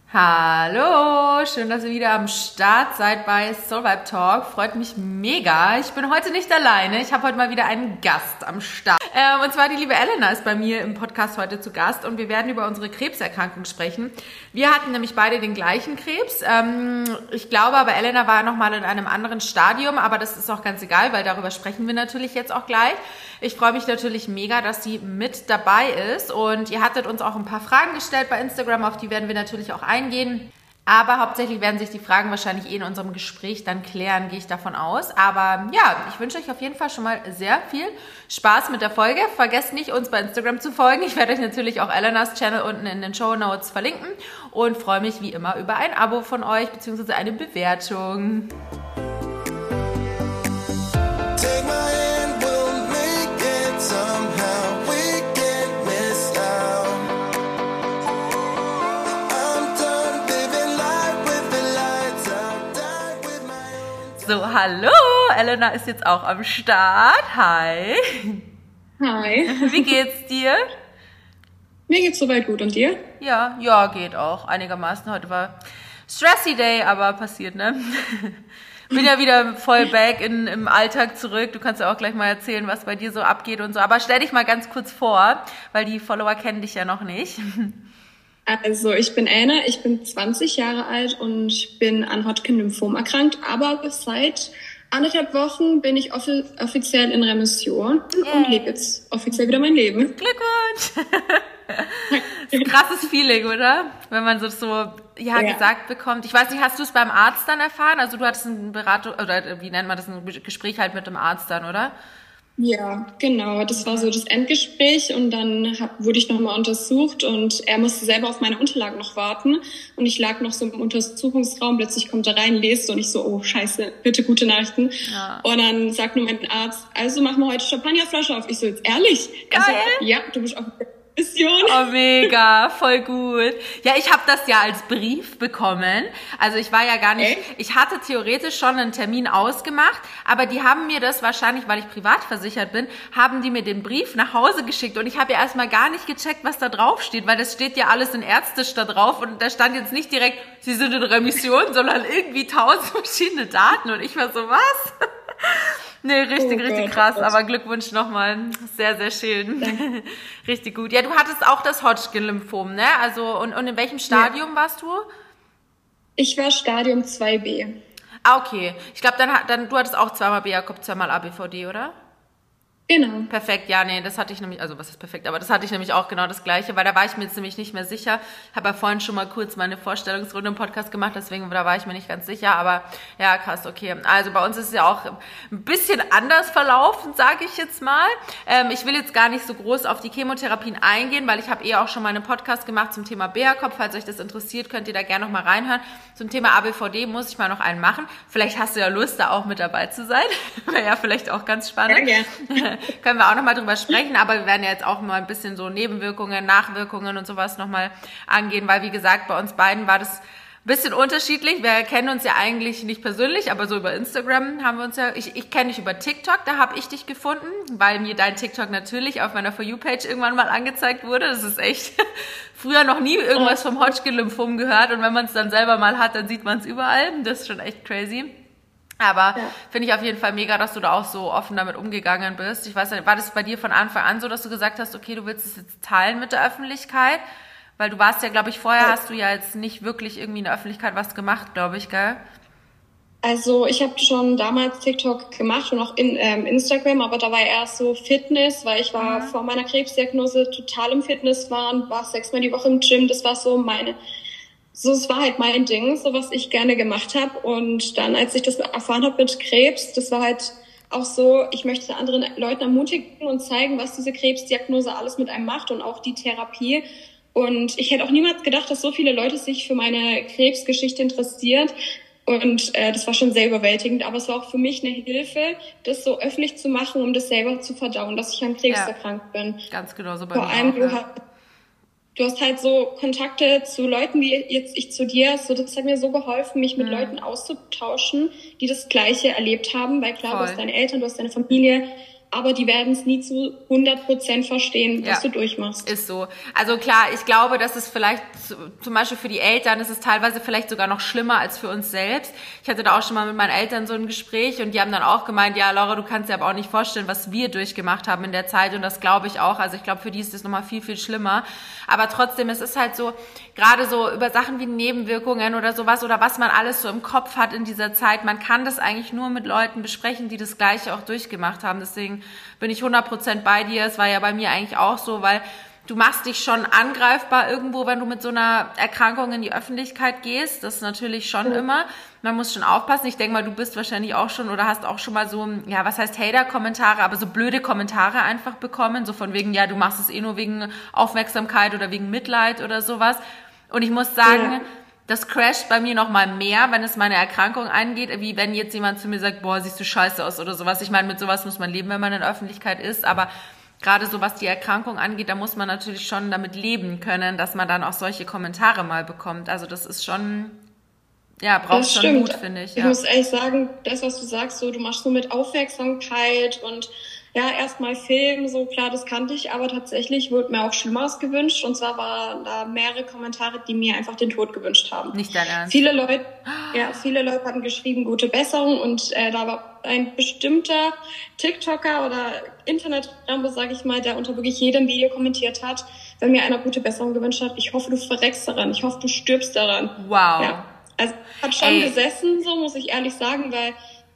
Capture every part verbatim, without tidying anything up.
Hallo, schön, dass ihr wieder am Start seid bei Soul Vibe Talk. Freut mich mega. Ich bin heute nicht alleine. Ich habe heute mal wieder einen Gast am Start. Ähm, und zwar die liebe Elena ist bei mir im Podcast heute zu Gast und wir werden über unsere Krebserkrankung sprechen. Wir hatten nämlich beide den gleichen Krebs. Ähm, ich glaube aber, Elena war nochmal in einem anderen Stadium, aber das ist auch ganz egal, weil darüber sprechen wir natürlich jetzt auch gleich. Ich freue mich natürlich mega, dass sie mit dabei ist und ihr hattet uns auch ein paar Fragen gestellt bei Instagram, auf die werden wir natürlich auch eingehen. Aber hauptsächlich werden sich die Fragen wahrscheinlich eh in unserem Gespräch dann klären, gehe ich davon aus. Aber ja, ich wünsche euch auf jeden Fall schon mal sehr viel Spaß mit der Folge. Vergesst nicht, uns bei Instagram zu folgen. Ich werde euch natürlich auch Elenas Channel unten in den Shownotes verlinken und freue mich wie immer über ein Abo von euch bzw. eine Bewertung. Take my hand, we'll make it somehow. We can't miss out. I'm done living life with the lights out. Die with my... So, hallo! Elena ist jetzt auch am Start. Hi! Hi! Wie geht's dir? Mir geht's soweit gut. Und dir? Ja, ja, geht auch. Einigermaßen. Heute war Stressy Day, aber passiert, ne? Bin ja wieder voll back in, im Alltag zurück. Du kannst ja auch gleich mal erzählen, was bei dir so abgeht und so. Aber stell dich mal ganz kurz vor, weil die Follower kennen dich ja noch nicht. Also ich bin Anna, ich bin zwanzig Jahre alt und bin an Hodgkin-Lymphom erkrankt. Aber seit anderthalb Wochen bin ich offi- offiziell in Remission yeah. und lebe jetzt offiziell wieder mein Leben. Glückwunsch! Ein krasses Feeling, oder? Wenn man so, so ja, ja gesagt bekommt. Ich weiß nicht, hast du es beim Arzt dann erfahren? Also du hattest ein Beratung, oder wie nennt man das, ein Gespräch halt mit dem Arzt dann, oder? Ja, genau. Das war so das Endgespräch und dann hab, wurde ich nochmal untersucht und er musste selber auf meine Unterlagen noch warten und ich lag noch so im Untersuchungsraum, plötzlich kommt er rein, lest und ich so, oh scheiße, bitte gute Nachrichten. Ja. Und dann sagt nur mein Arzt, also machen wir heute Champagnerflasche auf. Ich so, jetzt ehrlich? Geil. So, ja, du bist auf Mission. Oh, mega, voll gut. Ja, ich habe das ja als Brief bekommen. Also ich war ja gar nicht, Echt? Ich hatte theoretisch schon einen Termin ausgemacht, aber die haben mir das wahrscheinlich, weil ich privat versichert bin, haben die mir den Brief nach Hause geschickt und ich habe ja erstmal gar nicht gecheckt, was da drauf steht, weil das steht ja alles in Ärztisch da drauf und da stand jetzt nicht direkt, sie sind in Remission, sondern irgendwie tausend verschiedene Daten und ich war so, was? Nee, richtig, oh richtig Gott, krass, aber Glückwunsch nochmal. Sehr, sehr schön. Danke. Richtig gut. Ja, du hattest auch das Hodgkin-Lymphom, ne? Also, und, und in welchem Stadium ja. warst du? Ich war Stadium zwei b. Ah, okay. Ich glaube, dann, dann, du hattest auch zweimal B A K, zweimal A B V D, oder? Genau. Perfekt, ja, nee, das hatte ich nämlich, also was ist perfekt, aber das hatte ich nämlich auch genau das Gleiche, weil da war ich mir jetzt nämlich nicht mehr sicher. Ich habe ja vorhin schon mal kurz meine Vorstellungsrunde im Podcast gemacht, deswegen da war ich mir nicht ganz sicher, aber ja, krass, okay. Also bei uns ist es ja auch ein bisschen anders verlaufen, sage ich jetzt mal. Ähm, ich will jetzt gar nicht so groß auf die Chemotherapien eingehen, weil ich habe eh auch schon mal einen Podcast gemacht zum Thema B A K. Falls euch das interessiert, könnt ihr da gerne noch mal reinhören. Zum Thema A B V D muss ich mal noch einen machen. Vielleicht hast du ja Lust, da auch mit dabei zu sein. Wäre ja vielleicht auch ganz spannend. Ja, gerne. Können wir auch nochmal drüber sprechen, aber wir werden ja jetzt auch mal ein bisschen so Nebenwirkungen, Nachwirkungen und sowas nochmal angehen, weil wie gesagt, bei uns beiden war das ein bisschen unterschiedlich. Wir kennen uns ja eigentlich nicht persönlich, aber so über Instagram haben wir uns ja, ich, ich kenne dich über TikTok, da habe ich dich gefunden, weil mir dein TikTok natürlich auf meiner For You-Page irgendwann mal angezeigt wurde. Das ist echt früher noch nie irgendwas vom Hodgkin-Lymphom gehört und wenn man es dann selber mal hat, dann sieht man es überall. Das ist schon echt crazy. Aber ja. finde ich auf jeden Fall mega, dass du da auch so offen damit umgegangen bist. Ich weiß nicht, war das bei dir von Anfang an so, dass du gesagt hast, okay, du willst es jetzt teilen mit der Öffentlichkeit? Weil du warst ja, glaube ich, vorher ja. hast du ja jetzt nicht wirklich irgendwie in der Öffentlichkeit was gemacht, glaube ich, gell? Also ich habe schon damals TikTok gemacht und auch in, ähm, Instagram, aber da war erst so Fitness, weil ich war mhm. vor meiner Krebsdiagnose total im Fitnesswahn, war sechsmal die Woche im Gym, das war so meine... So, es war halt mein Ding, so was ich gerne gemacht habe. Und dann, als ich das erfahren habe mit Krebs, das war halt auch so, ich möchte anderen Leuten ermutigen und zeigen, was diese Krebsdiagnose alles mit einem macht und auch die Therapie. Und ich hätte auch niemals gedacht, dass so viele Leute sich für meine Krebsgeschichte interessiert. Und äh, das war schon sehr überwältigend. Aber es war auch für mich eine Hilfe, das so öffentlich zu machen, um das selber zu verdauen, dass ich an Krebs ja, erkrankt bin. Ganz genau so bei Vor mir allem, auch, du ja. hast Du hast halt so Kontakte zu Leuten, wie jetzt ich zu dir. So, das hat mir so geholfen, mich mit mhm. Leuten auszutauschen, die das Gleiche erlebt haben. Weil klar, Voll. du hast deine Eltern, du hast deine Familie. aber die werden es nie zu hundert Prozent verstehen, was ja, du durchmachst. Ist so. Also klar, ich glaube, dass es vielleicht, zum Beispiel für die Eltern, ist es teilweise vielleicht sogar noch schlimmer als für uns selbst. Ich hatte da auch schon mal mit meinen Eltern so ein Gespräch und die haben dann auch gemeint, ja Laura, du kannst dir aber auch nicht vorstellen, was wir durchgemacht haben in der Zeit und das glaube ich auch. Also ich glaube, für die ist das nochmal viel, viel schlimmer. Aber trotzdem, es ist halt so, gerade so über Sachen wie Nebenwirkungen oder sowas oder was man alles so im Kopf hat in dieser Zeit, man kann das eigentlich nur mit Leuten besprechen, die das Gleiche auch durchgemacht haben. Deswegen bin ich hundert Prozent bei dir. Es war ja bei mir eigentlich auch so, weil du machst dich schon angreifbar irgendwo, wenn du mit so einer Erkrankung in die Öffentlichkeit gehst. Das ist natürlich schon immer. Man muss schon aufpassen. Ich denke mal, du bist wahrscheinlich auch schon oder hast auch schon mal so, ja, was heißt Hater-Kommentare, aber so blöde Kommentare einfach bekommen. So von wegen, ja, du machst es eh nur wegen Aufmerksamkeit oder wegen Mitleid oder sowas. Und ich muss sagen, ja. Das crasht bei mir noch mal mehr, wenn es meine Erkrankung angeht, wie wenn jetzt jemand zu mir sagt, boah, siehst du scheiße aus oder sowas. Ich meine, mit sowas muss man leben, wenn man in der Öffentlichkeit ist, aber gerade so was die Erkrankung angeht, da muss man natürlich schon damit leben können, dass man dann auch solche Kommentare mal bekommt. Also das ist schon, ja, braucht das schon stimmt. Mut, finde ich. Ich ja. muss ehrlich sagen, das, was du sagst, so du machst so mit Aufmerksamkeit und ja, erstmal Film, so klar, das kannte ich, aber tatsächlich wurde mir auch Schlimmeres gewünscht und zwar waren da mehrere Kommentare, die mir einfach den Tod gewünscht haben. Nicht dein Ernst? Viele Leute, ja, viele Leute hatten geschrieben, gute Besserung und äh, da war ein bestimmter TikToker oder Internet-Rambo, sage ich mal, der unter wirklich jedem Video kommentiert hat, wenn mir einer gute Besserung gewünscht hat, ich hoffe, du verreckst daran, ich hoffe, du stirbst daran. Wow. Ja. Also hat schon Ey. gesessen, so muss ich ehrlich sagen, weil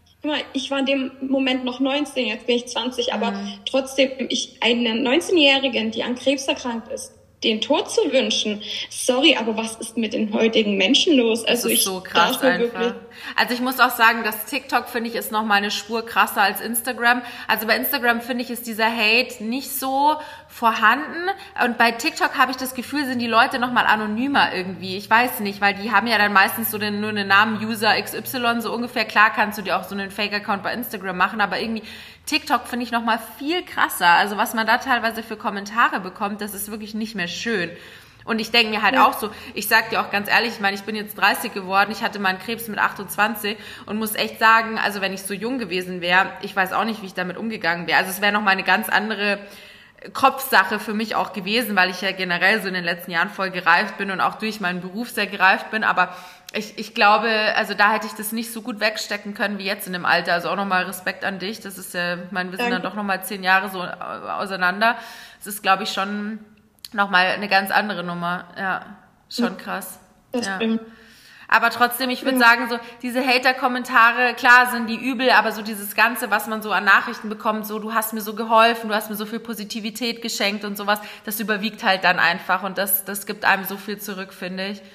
ich war in dem Moment noch neunzehn, jetzt bin ich zwanzig, aber mhm. trotzdem, ich einer neunzehnjährigen, die an Krebs erkrankt ist, den Tod zu wünschen, sorry, aber was ist mit den heutigen Menschen los? Also das ist ich so krass einfach. Also ich muss auch sagen, dass TikTok, finde ich, ist noch mal eine Spur krasser als Instagram. Also bei Instagram, finde ich, ist dieser Hate nicht so vorhanden. Und bei TikTok habe ich das Gefühl, sind die Leute noch mal anonymer irgendwie. Ich weiß nicht, weil die haben ja dann meistens so den, nur einen Namen User X Y, so ungefähr. Klar kannst du dir auch so einen Fake-Account bei Instagram machen, aber irgendwie TikTok finde ich noch mal viel krasser. Also was man da teilweise für Kommentare bekommt, das ist wirklich nicht mehr schön. Und ich denke mir halt ja. auch so, ich sag dir auch ganz ehrlich, ich meine, ich bin jetzt dreißig geworden, ich hatte meinen Krebs mit achtundzwanzig und muss echt sagen, also wenn ich so jung gewesen wäre, ich weiß auch nicht, wie ich damit umgegangen wäre. Also es wäre noch mal eine ganz andere Kopfsache für mich auch gewesen, weil ich ja generell so in den letzten Jahren voll gereift bin und auch durch meinen Beruf sehr gereift bin, aber ich, ich glaube, also da hätte ich das nicht so gut wegstecken können wie jetzt in dem Alter. Also auch nochmal Respekt an dich. Das ist ja, ich meine, wir sind dann doch nochmal zehn Jahre so auseinander. Das ist, glaube ich, schon nochmal eine ganz andere Nummer. Ja, schon krass. Das ja. stimmt. Aber trotzdem, ich würde sagen, so diese Hater-Kommentare, klar sind die übel, aber so dieses Ganze, was man so an Nachrichten bekommt, so du hast mir so geholfen, du hast mir so viel Positivität geschenkt und sowas, das überwiegt halt dann einfach und das, das gibt einem so viel zurück, finde ich.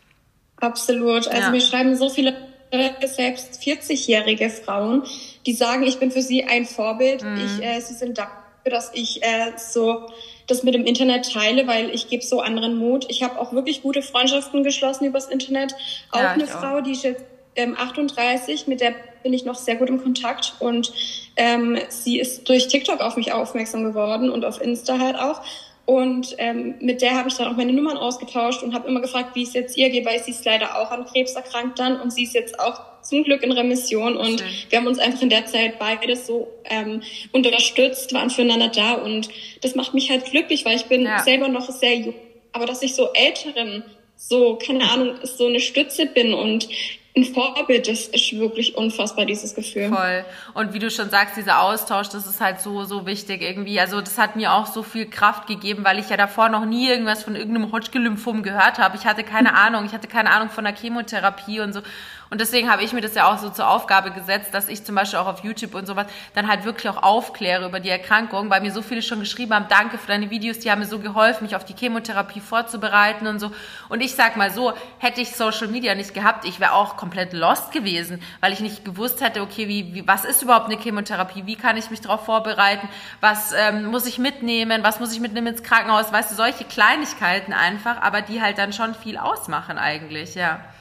Absolut. Also ja. mir schreiben so viele selbst vierzigjährige Frauen, die sagen, ich bin für sie ein Vorbild. Mhm. Ich, äh, sie sind dankbar, dass ich äh, so das mit dem Internet teile, weil ich gebe so anderen Mut. Ich habe auch wirklich gute Freundschaften geschlossen übers Internet. Auch ja, eine Frau, auch. die ist jetzt ähm, achtunddreißig, mit der bin ich noch sehr gut im Kontakt und ähm, sie ist durch TikTok auf mich aufmerksam geworden und auf Insta halt auch. Und ähm, mit der habe ich dann auch meine Nummern ausgetauscht und habe immer gefragt, wie es jetzt ihr geht, weil sie ist leider auch an Krebs erkrankt dann und sie ist jetzt auch zum Glück in Remission und Schön. wir haben uns einfach in der Zeit beides so ähm, unterstützt, waren füreinander da und das macht mich halt glücklich, weil ich bin ja. selber noch sehr jung, aber dass ich so Älteren, so, keine Ahnung, so eine Stütze bin und ein Vorbild, das ist wirklich unfassbar, dieses Gefühl. Voll. Und wie du schon sagst, dieser Austausch, das ist halt so, so wichtig irgendwie. Also das hat mir auch so viel Kraft gegeben, weil ich ja davor noch nie irgendwas von irgendeinem Hodgkin-Lymphom gehört habe. Ich hatte keine Ahnung. Ich hatte keine Ahnung von der Chemotherapie und so. Und deswegen habe ich mir das ja auch so zur Aufgabe gesetzt, dass ich zum Beispiel auch auf YouTube und sowas dann halt wirklich auch aufkläre über die Erkrankung, weil mir so viele schon geschrieben haben, danke für deine Videos, die haben mir so geholfen, mich auf die Chemotherapie vorzubereiten und so. Und ich sag mal so, hätte ich Social Media nicht gehabt, ich wäre auch komplett lost gewesen, weil ich nicht gewusst hätte, okay, wie, wie was ist überhaupt eine Chemotherapie, wie kann ich mich darauf vorbereiten, was ähm, muss ich mitnehmen, was muss ich mitnehmen ins Krankenhaus, weißt du, solche Kleinigkeiten einfach, aber die halt dann schon viel ausmachen eigentlich, ja.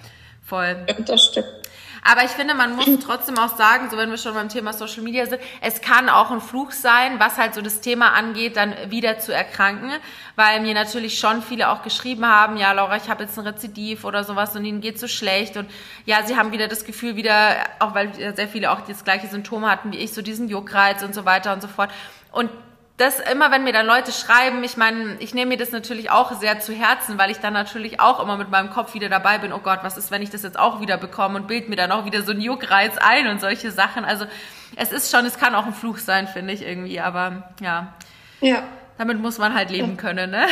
Voll. Das stimmt. Aber ich finde, man muss trotzdem auch sagen, so wenn wir schon beim Thema Social Media sind, es kann auch ein Fluch sein, was halt so das Thema angeht, dann wieder zu erkranken, weil mir natürlich schon viele auch geschrieben haben, ja Laura, ich habe jetzt ein Rezidiv oder sowas und ihnen geht's so schlecht und ja, sie haben wieder das Gefühl wieder, auch weil sehr viele auch das gleiche Symptome hatten wie ich, so diesen Juckreiz und so weiter und so fort. Und das immer, wenn mir dann Leute schreiben, ich meine, ich nehme mir das natürlich auch sehr zu Herzen, weil ich dann natürlich auch immer mit meinem Kopf wieder dabei bin, oh Gott, was ist, wenn ich das jetzt auch wieder bekomme und bild mir dann auch wieder so einen Juckreiz ein und solche Sachen. Also es ist schon, es kann auch ein Fluch sein, finde ich irgendwie, aber ja, ja. damit muss man halt leben können, ne?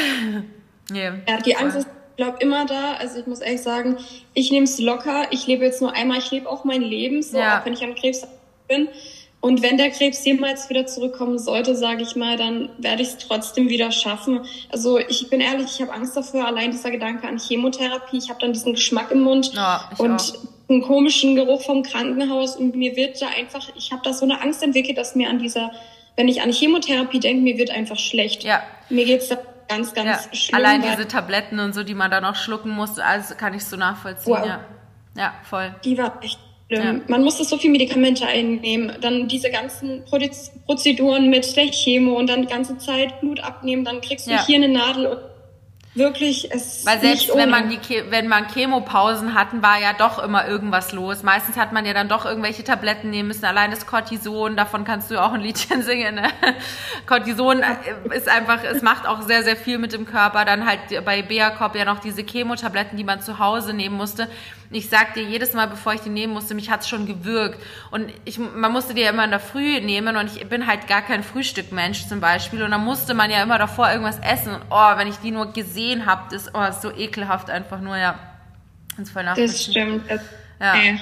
Yeah. Ja, die Angst ist, ich glaube, immer da. Also ich muss ehrlich sagen, ich nehme es locker. Ich lebe jetzt nur einmal, ich lebe auch mein Leben, so ja. Auch wenn ich an Krebs bin. Und wenn der Krebs jemals wieder zurückkommen sollte, sage ich mal, dann werde ich es trotzdem wieder schaffen. Also ich bin ehrlich, ich habe Angst dafür, allein dieser Gedanke an Chemotherapie. Ich habe dann diesen Geschmack im Mund ja, und auch. einen komischen Geruch vom Krankenhaus. Und mir wird da einfach, ich habe da so eine Angst entwickelt, dass mir an dieser, wenn ich an Chemotherapie denke, mir wird einfach schlecht. Ja. Mir geht's da ganz, ganz ja. schlimm. Allein diese Tabletten und so, die man dann auch schlucken muss, also kann ich so nachvollziehen. Wow. Ja. ja, voll. Die war echt Ja. Man musste so viel Medikamente einnehmen, dann diese ganzen Prozeduren mit der Chemo und dann die ganze Zeit Blut abnehmen, dann kriegst du ja. hier eine Nadel und wirklich, es Weil selbst nicht wenn man die wenn man Chemopausen hatten, war ja doch immer irgendwas los. Meistens hat man ja dann doch irgendwelche Tabletten nehmen müssen. Allein das Cortison, davon kannst du ja auch ein Liedchen singen. Ne? Cortison ist einfach, es macht auch sehr, sehr viel mit dem Körper. Dann halt bei Beacop ja noch diese Chemotabletten, die man zu Hause nehmen musste. Ich sag dir jedes Mal, bevor ich die nehmen musste, mich hat's schon gewürgt. Und ich, man musste die ja immer in der Früh nehmen und ich bin halt gar kein Frühstückmensch zum Beispiel. Und dann musste man ja immer davor irgendwas essen. Und oh, wenn ich die nur gesehen habe, das oh, ist so ekelhaft einfach nur, ja. Das, voll das stimmt. Das, ja. Äh,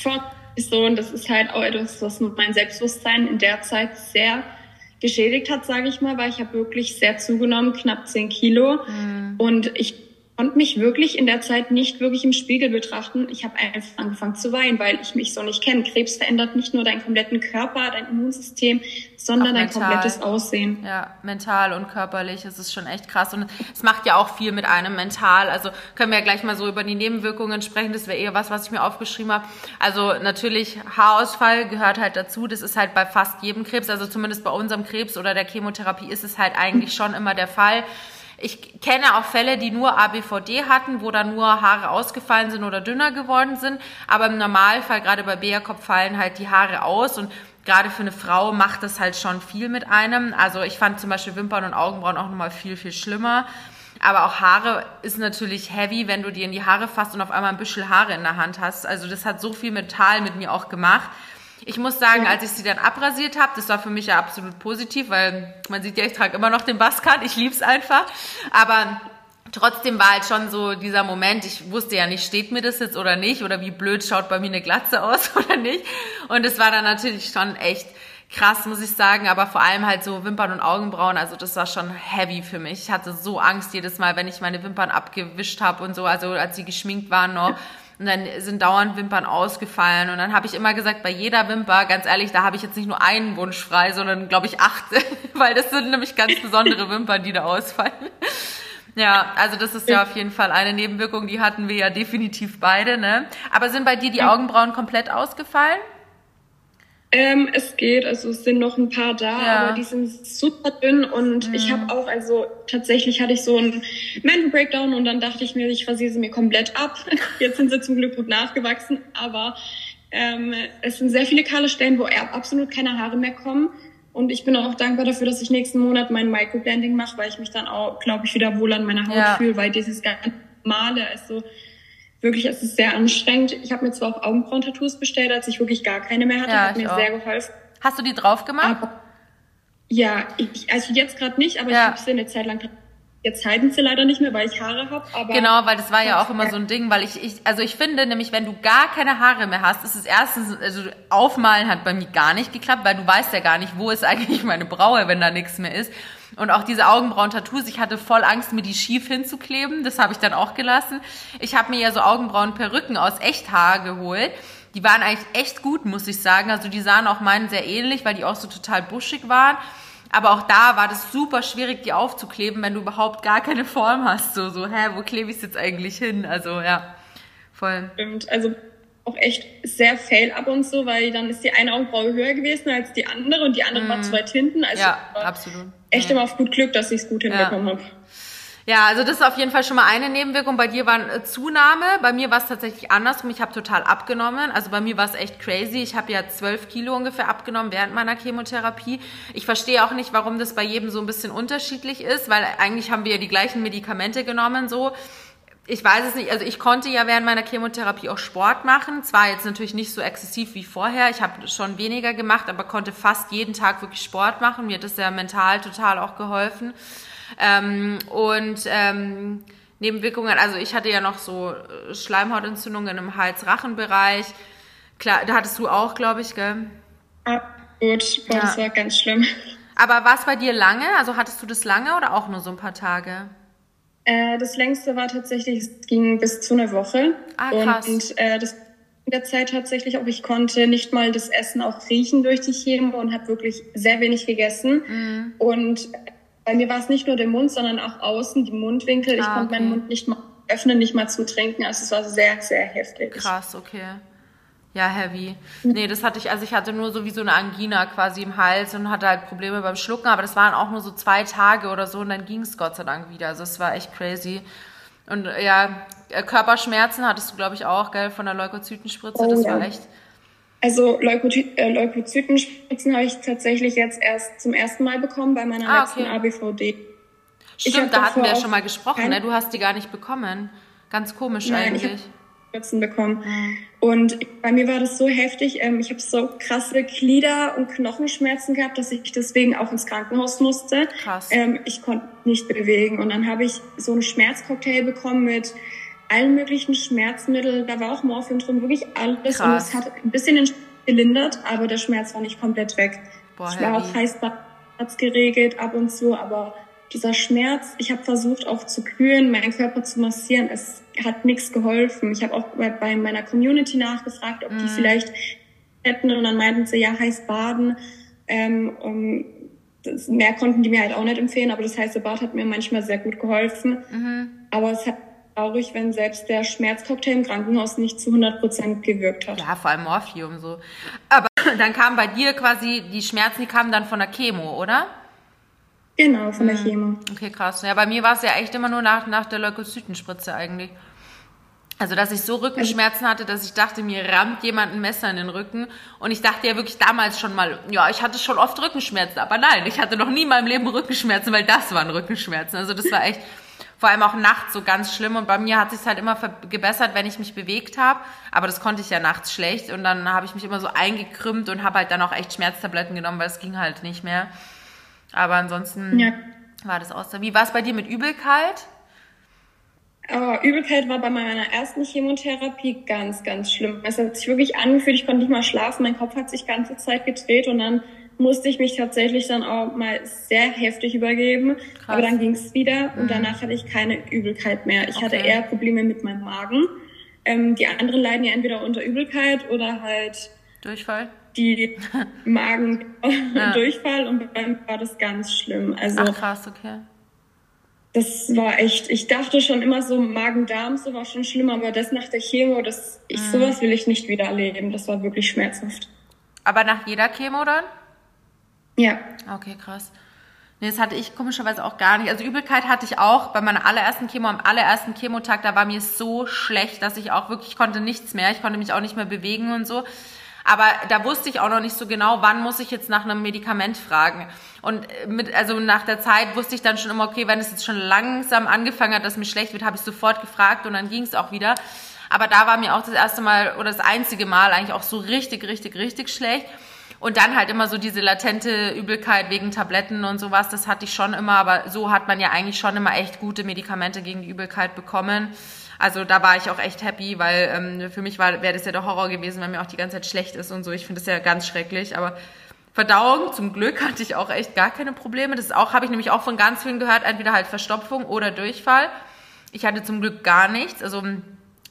ist so, und das ist halt auch etwas, was mein Selbstbewusstsein in der Zeit sehr geschädigt hat, sage ich mal, weil ich habe wirklich sehr zugenommen, knapp zehn Kilo. Mhm. Und ich konnte mich wirklich in der Zeit nicht wirklich im Spiegel betrachten. Ich habe einfach angefangen zu weinen, weil ich mich so nicht kenne. Krebs verändert nicht nur deinen kompletten Körper, dein Immunsystem, sondern dein komplettes Aussehen. Ja, mental und körperlich. Es ist schon echt krass. Und es macht ja auch viel mit einem mental. Also können wir ja gleich mal so über die Nebenwirkungen sprechen. Das wäre eher was, was ich mir aufgeschrieben habe. Also natürlich, Haarausfall gehört halt dazu. Das ist halt bei fast jedem Krebs, also zumindest bei unserem Krebs oder der Chemotherapie ist es halt eigentlich schon immer der Fall. Ich kenne auch Fälle, die nur A B V D hatten, wo dann nur Haare ausgefallen sind oder dünner geworden sind. Aber im Normalfall, gerade bei Beacop, fallen halt die Haare aus. Und gerade für eine Frau macht das halt schon viel mit einem. Also ich fand zum Beispiel Wimpern und Augenbrauen auch nochmal viel, viel schlimmer. Aber auch Haare ist natürlich heavy, wenn du dir in die Haare fasst und auf einmal ein Büschel Haare in der Hand hast. Also das hat so viel mental mit mir auch gemacht. Ich muss sagen, als ich sie dann abrasiert habe, das war für mich ja absolut positiv, weil man sieht ja, ich trage immer noch den Buzzcut, ich lieb's einfach. Aber trotzdem war halt schon so dieser Moment, ich wusste ja nicht, steht mir das jetzt oder nicht, oder wie blöd schaut bei mir eine Glatze aus oder nicht. Und es war dann natürlich schon echt krass, muss ich sagen, aber vor allem halt so Wimpern und Augenbrauen, also das war schon heavy für mich. Ich hatte so Angst jedes Mal, wenn ich meine Wimpern abgewischt habe und so, also als sie geschminkt waren noch. Und dann sind dauernd Wimpern ausgefallen. Und dann habe ich immer gesagt, bei jeder Wimper, ganz ehrlich, da habe ich jetzt nicht nur einen Wunsch frei, sondern, glaube ich, acht. Weil das sind nämlich ganz besondere Wimpern, die da ausfallen. Ja, also das ist ja auf jeden Fall eine Nebenwirkung, die hatten wir ja definitiv beide, ne? Aber sind bei dir die Augenbrauen komplett ausgefallen? Ähm, es geht, also es sind noch ein paar da, ja. aber die sind super dünn und mhm. ich habe auch, also tatsächlich hatte ich so einen Mental Breakdown und dann dachte ich mir, ich rasiere sie mir komplett ab. Jetzt sind sie zum Glück gut nachgewachsen, aber ähm, es sind sehr viele kahle Stellen, wo absolut keine Haare mehr kommen und ich bin auch dankbar dafür, dass ich nächsten Monat mein Microblending mache, weil ich mich dann auch, glaube ich, wieder wohl an meiner Haut ja. fühle, weil dieses ganze Male ist so... Wirklich, es ist sehr anstrengend. Ich habe mir zwar auch Augenbrauen-Tattoos bestellt, als ich wirklich gar keine mehr hatte. Ja, hat mir auch. sehr geholfen. Hast du die drauf gemacht? Aber, ja, ich, also jetzt gerade nicht, aber ja. ich habe sie eine Zeit lang. Jetzt halten sie leider nicht mehr, weil ich Haare habe. Aber genau, weil das war ja auch immer so ein Ding, weil ich, ich, also ich finde nämlich, wenn du gar keine Haare mehr hast, ist es erstens, also aufmalen hat bei mir gar nicht geklappt, weil du weißt ja gar nicht, wo ist eigentlich meine Braue, wenn da nichts mehr ist. Und auch diese Augenbrauen-Tattoos, ich hatte voll Angst, mir die schief hinzukleben. Das habe ich dann auch gelassen. Ich habe mir ja so Augenbrauen-Perücken aus Echthaar geholt. Die waren eigentlich echt gut, muss ich sagen. Also die sahen auch meinen sehr ähnlich, weil die auch so total buschig waren. Aber auch da war das super schwierig, die aufzukleben, wenn du überhaupt gar keine Form hast. So, so, hä, wo klebe ich es jetzt eigentlich hin? Also ja, voll. Stimmt, also auch echt sehr fail ab und so, weil dann ist die eine Augenbraue höher gewesen als die andere und die andere mm. war zu weit hinten. Also ja, absolut. Echt ja. immer auf gut Glück, dass ich es gut hinbekommen ja. habe. Ja, also das ist auf jeden Fall schon mal eine Nebenwirkung. Bei dir war eine Zunahme, bei mir war es tatsächlich andersrum. Ich habe total abgenommen. Also bei mir war es echt crazy. Ich habe ja zwölf Kilo ungefähr abgenommen während meiner Chemotherapie. Ich verstehe auch nicht, warum das bei jedem so ein bisschen unterschiedlich ist, weil eigentlich haben wir ja die gleichen Medikamente genommen so. Ich weiß es nicht, also ich konnte ja während meiner Chemotherapie auch Sport machen. Zwar jetzt natürlich nicht so exzessiv wie vorher, ich habe schon weniger gemacht, aber konnte fast jeden Tag wirklich Sport machen. Mir hat das ja mental total auch geholfen. Ähm, und ähm, Nebenwirkungen, also ich hatte ja noch so Schleimhautentzündungen im Hals-Rachen-Bereich. Klar, da hattest du auch, glaube ich, gell? Ah, gut, boah, ja. Das war ganz schlimm. Aber war es bei dir lange? Also hattest du das lange oder auch nur so ein paar Tage? Äh, das längste war tatsächlich, es ging bis zu einer Woche. Ah, krass. Und äh, das in der Zeit tatsächlich auch, ich konnte nicht mal das Essen auch riechen durch die Chemo und habe wirklich sehr wenig gegessen. Mhm. Und bei mir war es nicht nur der Mund, sondern auch außen, die Mundwinkel. Ah, ich konnte okay. meinen Mund nicht mal öffnen, nicht mal zutrinken. Also es war sehr, sehr heftig. Krass, okay. Ja, heavy. Nee, das hatte ich, also ich hatte nur so wie so eine Angina quasi im Hals und hatte halt Probleme beim Schlucken, aber das waren auch nur so zwei Tage oder so und dann ging es Gott sei Dank wieder. Also es war echt crazy. Und ja, Körperschmerzen hattest du, glaube ich, auch, gell, von der Leukozytenspritze. Oh, das ja. war echt... Also Leukozy- äh, Leukozytenspritzen habe ich tatsächlich jetzt erst zum ersten Mal bekommen bei meiner ah, letzten okay. A B V D. Stimmt, da hatten wir ja schon mal gesprochen, ne? Du hast die gar nicht bekommen. Ganz komisch Nein, eigentlich. Ich habe Spritzen bekommen. Mhm. Und bei mir war das so heftig, ähm, ich habe so krasse Glieder- und Knochenschmerzen gehabt, dass ich deswegen auch ins Krankenhaus musste. Krass. Ähm, ich konnte nicht bewegen und dann habe ich so einen Schmerzcocktail bekommen mit allen möglichen Schmerzmitteln, da war auch Morphium drin, wirklich alles. Krass. Und es hat ein bisschen den Schmerz gelindert, aber der Schmerz war nicht komplett weg. Boah, ich war heavy. auch Heißbad geregelt ab und zu, aber dieser Schmerz, ich habe versucht auch zu kühlen, meinen Körper zu massieren, es hat nichts geholfen. Ich habe auch bei, bei meiner Community nachgefragt, ob mm. die vielleicht hätten und dann meinten sie, ja, heiß baden. Ähm, um, das, mehr konnten die mir halt auch nicht empfehlen, aber das heiße Bad hat mir manchmal sehr gut geholfen. Mhm. Aber es hat traurig, wenn selbst der Schmerzcocktail im Krankenhaus nicht zu hundert Prozent gewirkt hat. Ja, vor allem Morphium so. Aber dann kamen bei dir quasi, die Schmerzen, die kamen dann von der Chemo, oder? Genau, von der Chemo. Okay, krass. Ja, bei mir war es ja echt immer nur nach, nach der Leukozytenspritze eigentlich. Also, dass ich so Rückenschmerzen hatte, dass ich dachte, mir rammt jemand ein Messer in den Rücken. Und ich dachte ja wirklich damals schon mal, ja, ich hatte schon oft Rückenschmerzen. Aber nein, ich hatte noch nie in meinem Leben Rückenschmerzen, weil das waren Rückenschmerzen. Also das war echt, vor allem auch nachts so ganz schlimm. Und bei mir hat es sich halt immer gebessert, wenn ich mich bewegt habe. Aber das konnte ich ja nachts schlecht. Und dann habe ich mich immer so eingekrümmt und habe halt dann auch echt Schmerztabletten genommen, weil es ging halt nicht mehr. Aber ansonsten ja. war das aus. Wie war es bei dir mit Übelkeit? Oh, Übelkeit war bei meiner ersten Chemotherapie ganz, ganz schlimm. Es hat sich wirklich angefühlt, ich konnte nicht mal schlafen, mein Kopf hat sich die ganze Zeit gedreht und dann musste ich mich tatsächlich dann auch mal sehr heftig übergeben. Krass. Aber dann ging es wieder und mhm. danach hatte ich keine Übelkeit mehr. Ich okay. hatte eher Probleme mit meinem Magen. Ähm, die anderen leiden ja entweder unter Übelkeit oder halt Durchfall. Die Magen-Durchfall ja. und bei mir war das ganz schlimm. Also, ach krass, okay. Das war echt, ich dachte schon immer so, Magen-Darm, so war schon schlimm, aber das nach der Chemo, das, ich, mhm. sowas will ich nicht wieder erleben. Das war wirklich schmerzhaft. Aber nach jeder Chemo dann? Ja. Okay, krass. Nee, das hatte ich komischerweise auch gar nicht. Also Übelkeit hatte ich auch bei meiner allerersten Chemo, am allerersten Chemotag, da war mir so schlecht, dass ich auch wirklich, ich konnte nichts mehr, ich konnte mich auch nicht mehr bewegen und so. Aber da wusste ich auch noch nicht so genau, wann muss ich jetzt nach einem Medikament fragen. Und mit, also nach der Zeit wusste ich dann schon immer, okay, wenn es jetzt schon langsam angefangen hat, dass mir schlecht wird, habe ich sofort gefragt und dann ging es auch wieder. Aber da war mir auch das erste Mal oder das einzige Mal eigentlich auch so richtig, richtig, richtig schlecht. Und dann halt immer so diese latente Übelkeit wegen Tabletten und sowas, das hatte ich schon immer. Aber so hat man ja eigentlich schon immer echt gute Medikamente gegen die Übelkeit bekommen. Also da war ich auch echt happy, weil ähm, für mich war wäre das ja der Horror gewesen, wenn mir auch die ganze Zeit schlecht ist und so. Ich finde das ja ganz schrecklich, aber Verdauung, zum Glück hatte ich auch echt gar keine Probleme. Das ist auch, habe ich nämlich auch von ganz vielen gehört, entweder halt Verstopfung oder Durchfall. Ich hatte zum Glück gar nichts. Also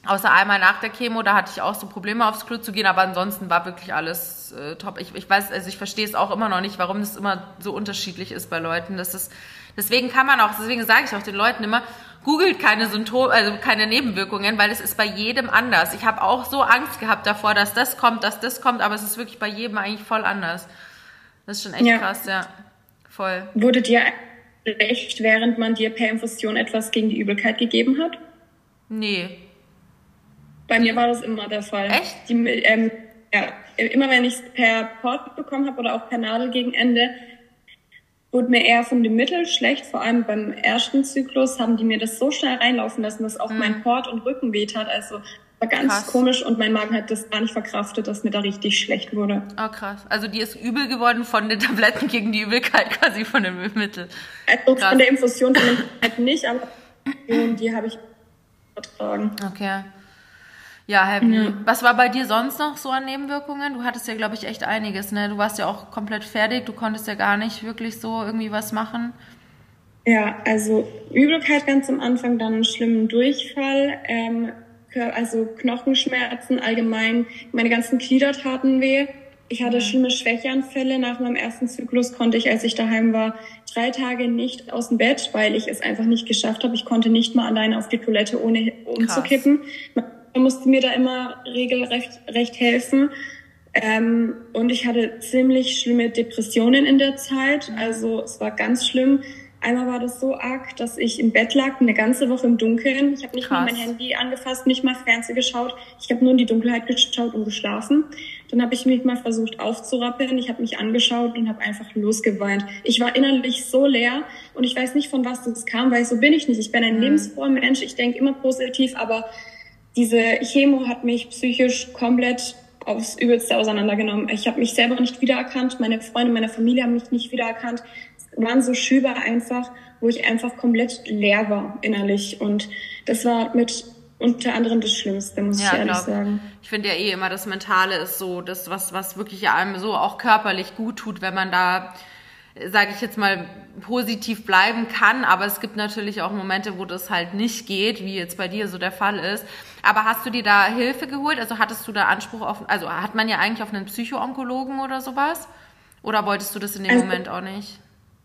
Außer einmal nach der Chemo, da hatte ich auch so Probleme aufs Klo zu gehen, aber ansonsten war wirklich alles äh, top. Ich, ich weiß, also ich verstehe es auch immer noch nicht, warum das immer so unterschiedlich ist bei Leuten. Das ist, deswegen kann man auch, deswegen sage ich auch den Leuten immer, googelt keine Symptome, also keine Nebenwirkungen, weil es ist bei jedem anders. Ich habe auch so Angst gehabt davor, dass das kommt, dass das kommt, aber es ist wirklich bei jedem eigentlich voll anders. Das ist schon echt ja. krass, ja. Voll. Wurde dir schlecht, während man dir per Infusion etwas gegen die Übelkeit gegeben hat? Nee. Bei mir war das immer der Fall. Echt? Die, ähm, ja, immer wenn ich es per Port bekommen habe oder auch per Nadel gegen Ende, wurde mir eher von dem Mittel schlecht. Vor allem beim ersten Zyklus haben die mir das so schnell reinlaufen lassen, dass auch mhm. mein Port und Rücken weht hat. Also war ganz krass. Komisch und mein Magen hat das gar nicht verkraftet, dass mir da richtig schlecht wurde. Oh krass. Also die ist übel geworden von den Tabletten gegen die Übelkeit, quasi von dem Mittel. Also krass. Von der Infusion von den Tabletten nicht, aber die habe ich vertragen. Okay. Ja, happy. Ja. Was war bei dir sonst noch so an Nebenwirkungen? Du hattest ja, glaube ich, echt einiges, ne? Du warst ja auch komplett fertig, du konntest ja gar nicht wirklich so irgendwie was machen. Ja, also Übelkeit ganz am Anfang, dann einen schlimmen Durchfall, ähm, also Knochenschmerzen allgemein, meine ganzen Glieder taten weh. Ich hatte mhm. schlimme Schwächeanfälle. Nach meinem ersten Zyklus konnte ich, als ich daheim war, drei Tage nicht aus dem Bett, weil ich es einfach nicht geschafft habe. Ich konnte nicht mal alleine auf die Toilette, ohne umzukippen. Man musste mir da immer regelrecht recht helfen. Ähm, und ich hatte ziemlich schlimme Depressionen in der Zeit. Also es war ganz schlimm. Einmal war das so arg, dass ich im Bett lag, eine ganze Woche im Dunkeln. Ich habe nicht Krass. mal mein Handy angefasst, nicht mal Fernsehen geschaut. Ich habe nur in die Dunkelheit geschaut und geschlafen. Dann habe ich mich mal versucht aufzurappeln. Ich habe mich angeschaut und habe einfach losgeweint. Ich war innerlich so leer und ich weiß nicht, von was das kam, weil so bin ich nicht. Ich bin ein mhm. lebensfroher Mensch. Ich denke immer positiv, aber diese Chemo hat mich psychisch komplett aufs Übelste auseinandergenommen. Ich habe mich selber nicht wiedererkannt. Meine Freunde, meine Familie haben mich nicht wiedererkannt. Waren so Schübe einfach, wo ich einfach komplett leer war innerlich. Und das war mit unter anderem das Schlimmste, muss ja, ich ehrlich glaub. sagen. Ich finde ja eh immer, das Mentale ist so, das, was, was wirklich einem so auch körperlich gut tut, wenn man da, sage ich jetzt mal, positiv bleiben kann. Aber es gibt natürlich auch Momente, wo das halt nicht geht, wie jetzt bei dir so der Fall ist. Aber hast du dir da Hilfe geholt? Also hattest du da Anspruch auf, also hat man ja eigentlich auf einen Psycho-Onkologen oder sowas? Oder wolltest du das in dem also, Moment auch nicht?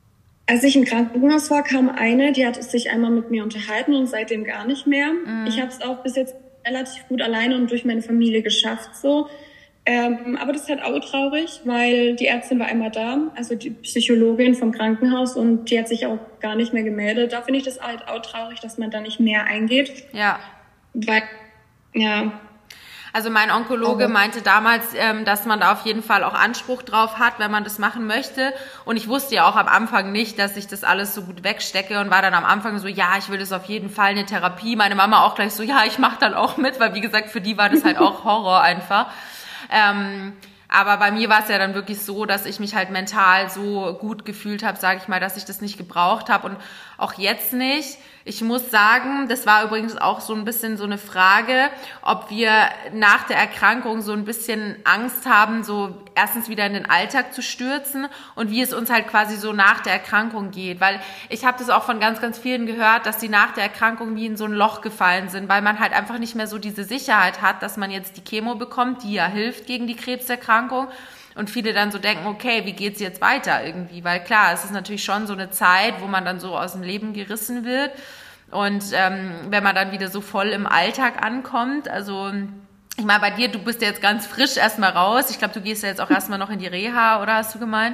Als ich im Krankenhaus war, kam eine, die hat sich einmal mit mir unterhalten und seitdem gar nicht mehr. Mhm. Ich habe es auch bis jetzt relativ gut alleine und durch meine Familie geschafft so. Ähm, aber das ist halt auch traurig, weil die Ärztin war einmal da, also die Psychologin vom Krankenhaus, und die hat sich auch gar nicht mehr gemeldet. Da finde ich das halt auch traurig, dass man da nicht mehr eingeht. Ja. Weil, ja... Also mein Onkologe okay. meinte damals, ähm, dass man da auf jeden Fall auch Anspruch drauf hat, wenn man das machen möchte. Und ich wusste ja auch am Anfang nicht, dass ich das alles so gut wegstecke und war dann am Anfang so, ja, ich will das auf jeden Fall, eine Therapie. Meine Mama auch gleich so, ja, ich mache dann auch mit, weil wie gesagt, für die war das halt auch Horror einfach. Ähm, aber bei mir war es ja dann wirklich so, dass ich mich halt mental so gut gefühlt habe, sage ich mal, dass ich das nicht gebraucht habe und auch jetzt nicht. Ich muss sagen, das war übrigens auch so ein bisschen so eine Frage, ob wir nach der Erkrankung so ein bisschen Angst haben, so erstens wieder in den Alltag zu stürzen und wie es uns halt quasi so nach der Erkrankung geht. Weil ich habe das auch von ganz, ganz vielen gehört, dass sie nach der Erkrankung wie in so ein Loch gefallen sind, weil man halt einfach nicht mehr so diese Sicherheit hat, dass man jetzt die Chemo bekommt, die ja hilft gegen die Krebserkrankung. Und viele dann so denken, okay, wie geht's jetzt weiter irgendwie? Weil klar, es ist natürlich schon so eine Zeit, wo man dann so aus dem Leben gerissen wird. Und ähm, wenn man dann wieder so voll im Alltag ankommt, also ich meine, bei dir, du bist ja jetzt ganz frisch erstmal raus. Ich glaube, du gehst ja jetzt auch erstmal noch in die Reha, oder hast du gemeint?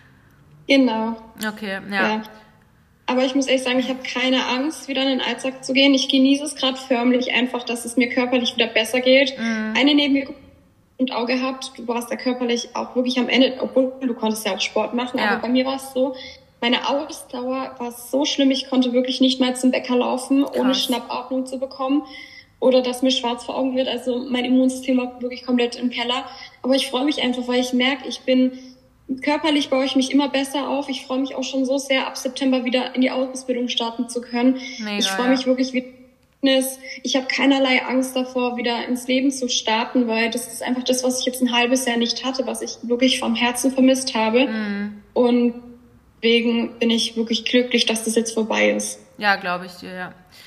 Genau. Okay, ja. ja. Aber ich muss ehrlich sagen, ich habe keine Angst, wieder in den Alltag zu gehen. Ich genieße es gerade förmlich einfach, dass es mir körperlich wieder besser geht. Mhm. Eine Nebenwirkung und auch gehabt, du warst ja körperlich auch wirklich am Ende, obwohl du konntest ja auch Sport machen, ja. aber bei mir war es so, meine Ausdauer war so schlimm, ich konnte wirklich nicht mal zum Bäcker laufen, Krass. ohne Schnappatmung zu bekommen oder dass mir schwarz vor Augen wird. Also mein Immunsystem war wirklich komplett im Keller. Aber ich freue mich einfach, weil ich merke, ich bin körperlich, baue ich mich immer besser auf. Ich freue mich auch schon so sehr, ab September wieder in die Ausbildung starten zu können. Mega, ich freue mich ja. wirklich wieder. Ich habe keinerlei Angst davor, wieder ins Leben zu starten, weil das ist einfach das, was ich jetzt ein halbes Jahr nicht hatte, was ich wirklich vom Herzen vermisst habe. Mm. Und deswegen bin ich wirklich glücklich, dass das jetzt vorbei ist. Ja, glaube ich dir, ja.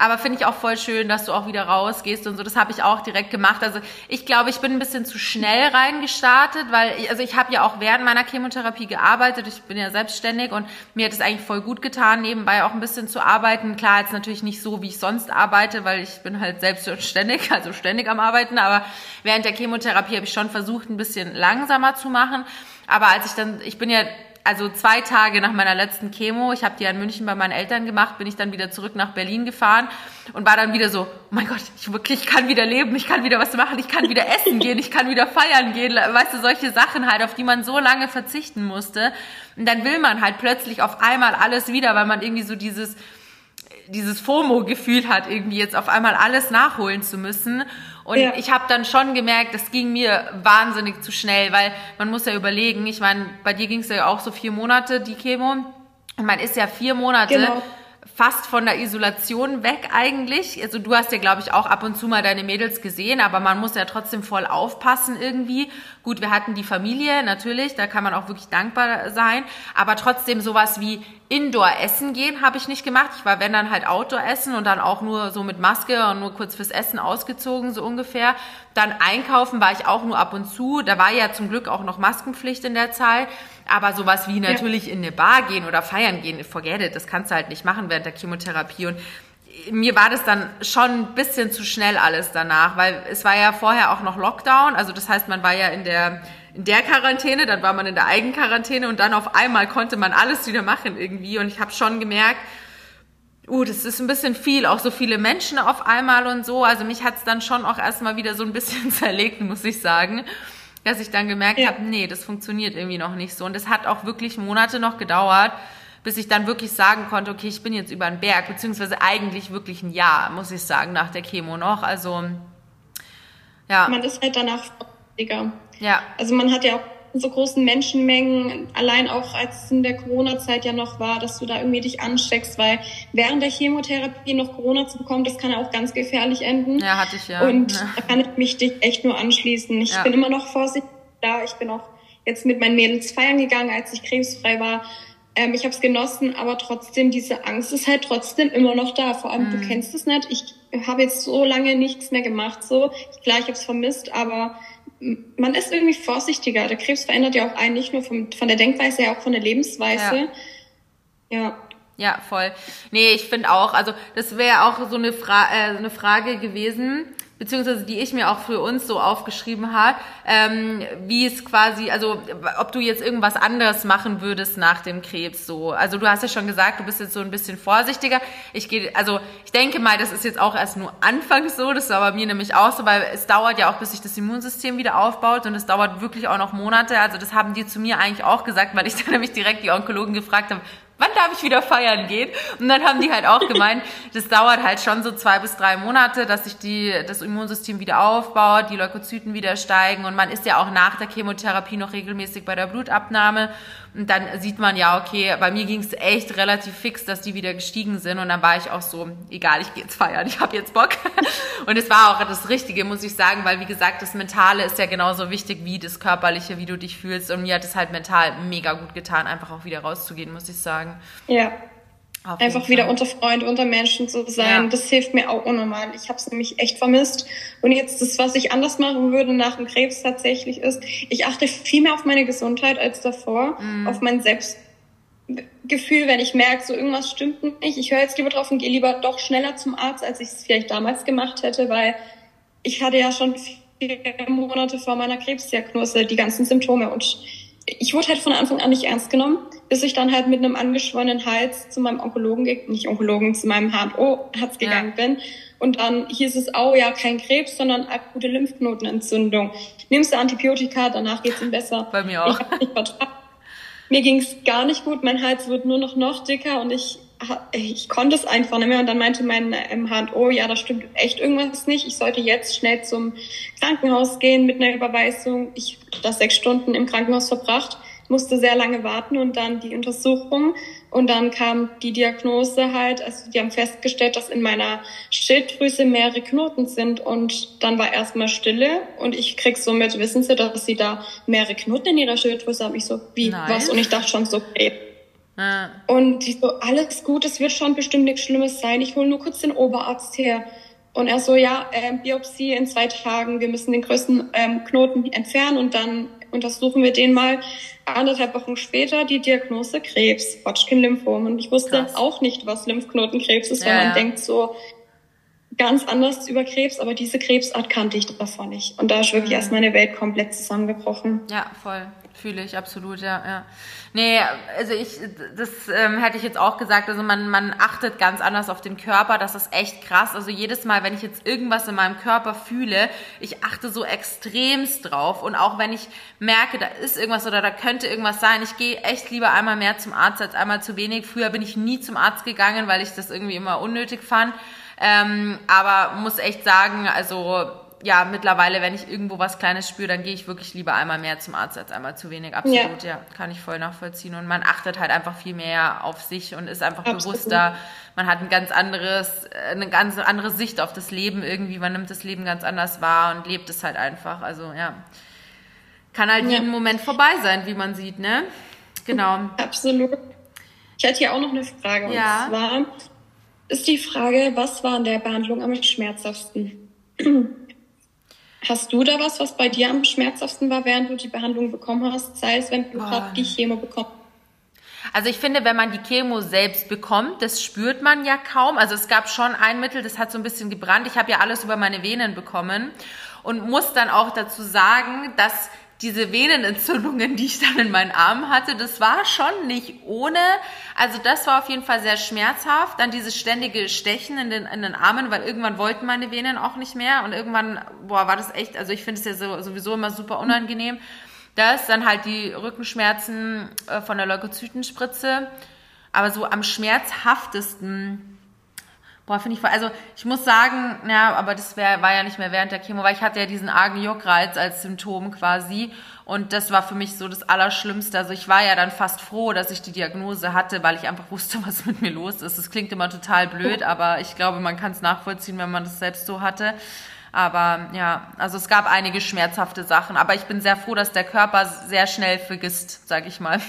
Aber finde ich auch voll schön, dass du auch wieder rausgehst und so. Das habe ich auch direkt gemacht. Also ich glaube, ich bin ein bisschen zu schnell reingestartet, weil ich, also ich habe ja auch während meiner Chemotherapie gearbeitet. Ich bin ja selbstständig und mir hat es eigentlich voll gut getan, nebenbei auch ein bisschen zu arbeiten. Klar, jetzt natürlich nicht so, wie ich sonst arbeite, weil ich bin halt selbstständig, also ständig am Arbeiten. Aber während der Chemotherapie habe ich schon versucht, ein bisschen langsamer zu machen. Aber als ich dann, ich bin ja also zwei Tage nach meiner letzten Chemo, ich habe die ja in München bei meinen Eltern gemacht, bin ich dann wieder zurück nach Berlin gefahren und war dann wieder so, oh mein Gott, ich wirklich, ich kann wieder leben, ich kann wieder was machen, ich kann wieder essen gehen, ich kann wieder feiern gehen, weißt du, solche Sachen halt, auf die man so lange verzichten musste. Und dann will man halt plötzlich auf einmal alles wieder, weil man irgendwie so dieses dieses FOMO-Gefühl hat, irgendwie jetzt auf einmal alles nachholen zu müssen. Und ja. ich habe dann schon gemerkt, das ging mir wahnsinnig zu schnell, weil man muss ja überlegen, ich meine, bei dir ging es ja auch so vier Monate, die Chemo. Und man ist ja vier Monate genau. fast von der Isolation weg eigentlich. Also du hast ja, glaube ich, auch ab und zu mal deine Mädels gesehen, aber man muss ja trotzdem voll aufpassen irgendwie. Gut, wir hatten die Familie, natürlich, da kann man auch wirklich dankbar sein. Aber trotzdem sowas wie Indoor essen gehen habe ich nicht gemacht. Ich war, wenn dann halt Outdoor essen und dann auch nur so mit Maske und nur kurz fürs Essen ausgezogen, so ungefähr. Dann einkaufen war ich auch nur ab und zu. Da war ja zum Glück auch noch Maskenpflicht in der Zeit. Aber sowas wie natürlich ja. in eine Bar gehen oder feiern gehen, forget it, das kannst du halt nicht machen während der Chemotherapie. Und mir war das dann schon ein bisschen zu schnell alles danach, weil es war ja vorher auch noch Lockdown. Also das heißt, man war ja in der in der Quarantäne, dann war man in der Eigenquarantäne und dann auf einmal konnte man alles wieder machen irgendwie. Und ich habe schon gemerkt, uh, das ist ein bisschen viel, auch so viele Menschen auf einmal und so. Also mich hat's dann schon auch erstmal wieder so ein bisschen zerlegt, muss ich sagen, dass ich dann gemerkt ja. habe, nee, das funktioniert irgendwie noch nicht so. Und es hat auch wirklich Monate noch gedauert, bis ich dann wirklich sagen konnte, okay, ich bin jetzt über den Berg, beziehungsweise eigentlich wirklich ein Jahr, muss ich sagen, nach der Chemo noch. Also, ja. Man ist halt danach vorsichtiger. Ja. Also man hat ja auch so großen Menschenmengen, allein auch als es in der Corona-Zeit ja noch war, dass du da irgendwie dich ansteckst, weil während der Chemotherapie noch Corona zu bekommen, das kann ja auch ganz gefährlich enden. Ja, hatte ich ja. Und ja. da kann ich mich dich echt nur anschließen. Ich ja. bin immer noch vorsichtig da. Ich bin auch jetzt mit meinen Mädels feiern gegangen, als ich krebsfrei war. Ähm, ich habe es genossen, aber trotzdem, diese Angst ist halt trotzdem immer noch da. Vor allem, mhm. du kennst es nicht. Ich habe jetzt so lange nichts mehr gemacht. So, klar, ich habe es vermisst, aber man ist irgendwie vorsichtiger. Der Krebs verändert ja auch einen, nicht nur vom, von der Denkweise, ja auch von der Lebensweise. Ja. Ja, ja voll. Nee, ich finde auch, also das wäre auch so eine, Fra- äh, eine Frage gewesen, beziehungsweise die ich mir auch für uns so aufgeschrieben habe, ähm, wie es quasi, also ob du jetzt irgendwas anderes machen würdest nach dem Krebs so. Also du hast ja schon gesagt, du bist jetzt so ein bisschen vorsichtiger. Ich gehe, also ich denke mal, das ist jetzt auch erst nur anfangs so, das war bei mir nämlich auch so, weil es dauert ja auch, bis sich das Immunsystem wieder aufbaut und es dauert wirklich auch noch Monate. Also das haben die zu mir eigentlich auch gesagt, weil ich dann nämlich direkt die Onkologen gefragt habe, wann darf ich wieder feiern gehen? Und dann haben die halt auch gemeint, das dauert halt schon so zwei bis drei Monate, dass sich die, das Immunsystem wieder aufbaut, die Leukozyten wieder steigen und man ist ja auch nach der Chemotherapie noch regelmäßig bei der Blutabnahme und dann sieht man ja, okay, bei mir ging es echt relativ fix, dass die wieder gestiegen sind und dann war ich auch so, egal, ich gehe jetzt feiern, ich habe jetzt Bock. Und es war auch das Richtige, muss ich sagen, weil wie gesagt, das Mentale ist ja genauso wichtig wie das Körperliche, wie du dich fühlst und mir hat es halt mental mega gut getan, einfach auch wieder rauszugehen, muss ich sagen. Ja, einfach wieder unter Freunden, unter Menschen zu sein, ja. Das hilft mir auch unnormal. Ich habe es nämlich echt vermisst. Und jetzt das, was ich anders machen würde nach dem Krebs tatsächlich ist, ich achte viel mehr auf meine Gesundheit als davor, mm. auf mein Selbstgefühl, wenn ich merke, so irgendwas stimmt nicht. Ich höre jetzt lieber drauf und gehe lieber doch schneller zum Arzt, als ich es vielleicht damals gemacht hätte, weil ich hatte ja schon vier Monate vor meiner Krebsdiagnose die ganzen Symptome und ich wurde halt von Anfang an nicht ernst genommen, bis ich dann halt mit einem angeschwollenen Hals zu meinem Onkologen, nicht Onkologen, zu meinem H N O-Arzt gegangen ja. bin. Und dann hieß es, oh ja, kein Krebs, sondern akute Lymphknotenentzündung. Nimmst du Antibiotika, danach geht's ihm besser. Bei mir auch. Ich hab nicht vertragen. Mir ging's gar nicht gut, mein Hals wird nur noch noch dicker und ich ich konnte es einfach nicht mehr. Und dann meinte mein ähm, H N O, ja, da stimmt echt irgendwas nicht. Ich sollte jetzt schnell zum Krankenhaus gehen mit einer Überweisung. Ich habe da sechs Stunden im Krankenhaus verbracht, musste sehr lange warten und dann die Untersuchung. Und dann kam die Diagnose halt, also die haben festgestellt, dass in meiner Schilddrüse mehrere Knoten sind. Und dann war erstmal Stille und ich krieg so mit, wissen Sie, dass Sie da mehrere Knoten in Ihrer Schilddrüse haben? Ich so, wie, Nein. was? Und ich dachte schon so, okay. Ja. Und die so, alles gut, es wird schon bestimmt nichts Schlimmes sein. Ich hole nur kurz den Oberarzt her. Und er so, ja, ähm, Biopsie in zwei Tagen. Wir müssen den größten ähm, Knoten entfernen und dann untersuchen wir den mal. Anderthalb Wochen später die Diagnose Krebs, Hodgkin-Lymphom. Und ich wusste Krass. auch nicht, was Lymphknotenkrebs ist, weil ja, man ja. denkt so ganz anders über Krebs, aber diese Krebsart kannte ich davon nicht. Und da ist wirklich mhm. erst meine Welt komplett zusammengebrochen. Ja, voll. Fühle ich, absolut, ja, ja. Nee, also ich, das ähm, hätte ich jetzt auch gesagt, also man, man achtet ganz anders auf den Körper, das ist echt krass. Also jedes Mal, wenn ich jetzt irgendwas in meinem Körper fühle, ich achte so extremst drauf. Und auch wenn ich merke, da ist irgendwas oder da könnte irgendwas sein, ich gehe echt lieber einmal mehr zum Arzt als einmal zu wenig. Früher bin ich nie zum Arzt gegangen, weil ich das irgendwie immer unnötig fand. Ähm, aber muss echt sagen, also ja, mittlerweile, wenn ich irgendwo was Kleines spüre, dann gehe ich wirklich lieber einmal mehr zum Arzt als einmal zu wenig. Absolut, ja, ja kann ich voll nachvollziehen. Und man achtet halt einfach viel mehr auf sich und ist einfach Absolut. bewusster. Man hat ein ganz anderes, eine ganz andere Sicht auf das Leben irgendwie. Man nimmt das Leben ganz anders wahr und lebt es halt einfach. Also ja, kann halt ja. jeden Moment vorbei sein, wie man sieht, ne? Genau. Absolut. Ich hätte hier auch noch eine Frage. Ja. Und zwar ist die Frage, was war in der Behandlung am schmerzhaftesten? Hast du da was, was bei dir am schmerzhaftesten war, während du die Behandlung bekommen hast? Sei es, wenn du gerade die Chemo bekommst. Also ich finde, wenn man die Chemo selbst bekommt, das spürt man ja kaum. Also es gab schon ein Mittel, das hat so ein bisschen gebrannt. Ich habe ja alles über meine Venen bekommen und muss dann auch dazu sagen, dass diese Venenentzündungen, die ich dann in meinen Armen hatte, das war schon nicht ohne. Also das war auf jeden Fall sehr schmerzhaft. Dann dieses ständige Stechen in den, in den Armen, weil irgendwann wollten meine Venen auch nicht mehr. Und irgendwann, boah, war das echt, also ich finde es ja so, sowieso immer super unangenehm. Das, dann halt die Rückenschmerzen äh, von der Leukozytenspritze. Aber so am schmerzhaftesten, boah, finde ich, also ich muss sagen, ja, aber das wär, war ja nicht mehr während der Chemo, weil ich hatte ja diesen argen Juckreiz als Symptom quasi und das war für mich so das Allerschlimmste. Also ich war ja dann fast froh, dass ich die Diagnose hatte, weil ich einfach wusste, was mit mir los ist. Das klingt immer total blöd, aber ich glaube, man kann es nachvollziehen, wenn man das selbst so hatte. Aber ja, also es gab einige schmerzhafte Sachen, aber ich bin sehr froh, dass der Körper sehr schnell vergisst, sag ich mal.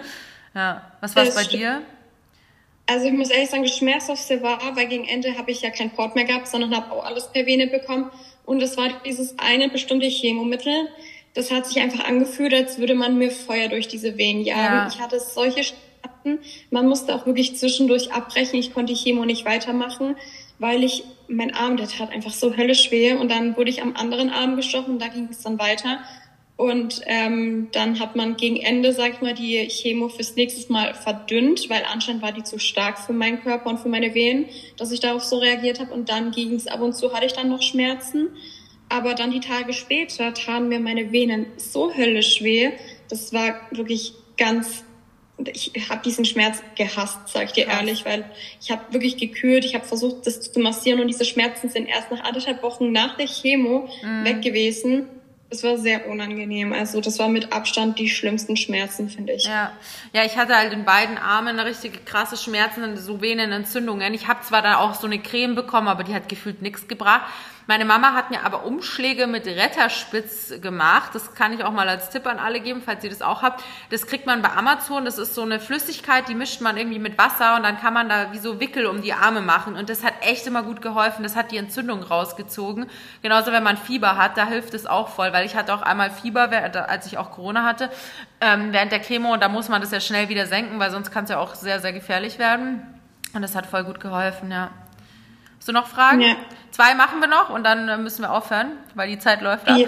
Ja, was war es bei dir? Also ich muss ehrlich sagen, das Schmerzhaftste war, weil gegen Ende habe ich ja kein Port mehr gehabt, sondern habe auch alles per Vene bekommen. Und das war dieses eine bestimmte Chemomittel. Das hat sich einfach angefühlt, als würde man mir Feuer durch diese Venen jagen. Ja. Ich hatte solche Schmerzen. Man musste auch wirklich zwischendurch abbrechen. Ich konnte die Chemo nicht weitermachen, weil ich, mein Arm, der tat einfach so höllisch weh. Und dann wurde ich am anderen Arm gestochen und da ging es dann weiter. Und ähm, dann hat man gegen Ende, sag ich mal, die Chemo fürs nächste Mal verdünnt, weil anscheinend war die zu stark für meinen Körper und für meine Venen, dass ich darauf so reagiert habe. Und dann ging es ab und zu, hatte ich dann noch Schmerzen. Aber dann die Tage später taten mir meine Venen so höllisch weh. Das war wirklich ganz, ich habe diesen Schmerz gehasst, sag ich dir ehrlich, weil ich habe wirklich gekühlt, ich habe versucht, das zu massieren und diese Schmerzen sind erst nach anderthalb Wochen nach der Chemo mm. weg gewesen. Das war sehr unangenehm. Also das war mit Abstand die schlimmsten Schmerzen, finde ich. Ja, ja, ich hatte halt in beiden Armen eine richtige krasse Schmerzen, so Venenentzündungen. Ich habe zwar dann auch so eine Creme bekommen, aber die hat gefühlt nichts gebracht. Meine Mama hat mir aber Umschläge mit Retterspitz gemacht. Das kann ich auch mal als Tipp an alle geben, falls ihr das auch habt. Das kriegt man bei Amazon. Das ist so eine Flüssigkeit, die mischt man irgendwie mit Wasser und dann kann man da wie so Wickel um die Arme machen. Und das hat echt immer gut geholfen. Das hat die Entzündung rausgezogen. Genauso, wenn man Fieber hat, da hilft es auch voll, weil ich hatte auch einmal Fieber, als ich auch Corona hatte, während der Chemo. Und da muss man das ja schnell wieder senken, weil sonst kann es ja auch sehr, sehr gefährlich werden. Und das hat voll gut geholfen, ja. Hast du noch Fragen? Ja. Zwei machen wir noch und dann müssen wir aufhören, weil die Zeit läuft ab. Ja.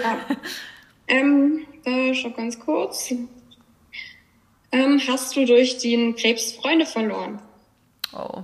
ähm, äh, schon ganz kurz. Ähm, hast du durch den Krebs Freunde verloren? Oh.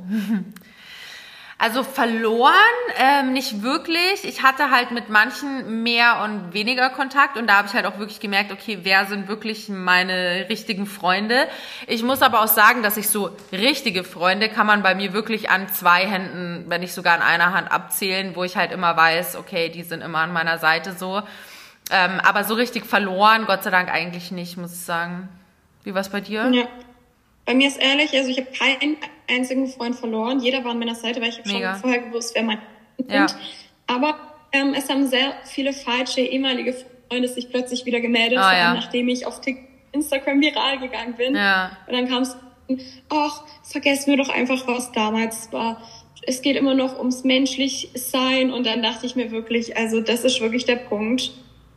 Also verloren, ähm, nicht wirklich. Ich hatte halt mit manchen mehr und weniger Kontakt und da habe ich halt auch wirklich gemerkt, okay, wer sind wirklich meine richtigen Freunde? Ich muss aber auch sagen, dass ich so richtige Freunde kann man bei mir wirklich an zwei Händen, wenn nicht sogar an einer Hand abzählen, wo ich halt immer weiß, okay, die sind immer an meiner Seite so. Ähm, aber so richtig verloren, Gott sei Dank eigentlich nicht, muss ich sagen. Wie war es bei dir? Ja. Bei mir ist ehrlich, also ich habe keinen einzigen Freund verloren. Jeder war an meiner Seite, weil ich habe schon vorher gewusst, wer mein Freund ja. sind. Aber ähm, es haben sehr viele falsche ehemalige Freunde sich plötzlich wieder gemeldet, ah, ja. nachdem ich auf TikTok, Instagram viral gegangen bin. Ja. Und dann kam es ach, vergessen wir doch einfach, was damals war. Es geht immer noch ums Menschlichsein. Und dann dachte ich mir wirklich, also das ist wirklich der Punkt.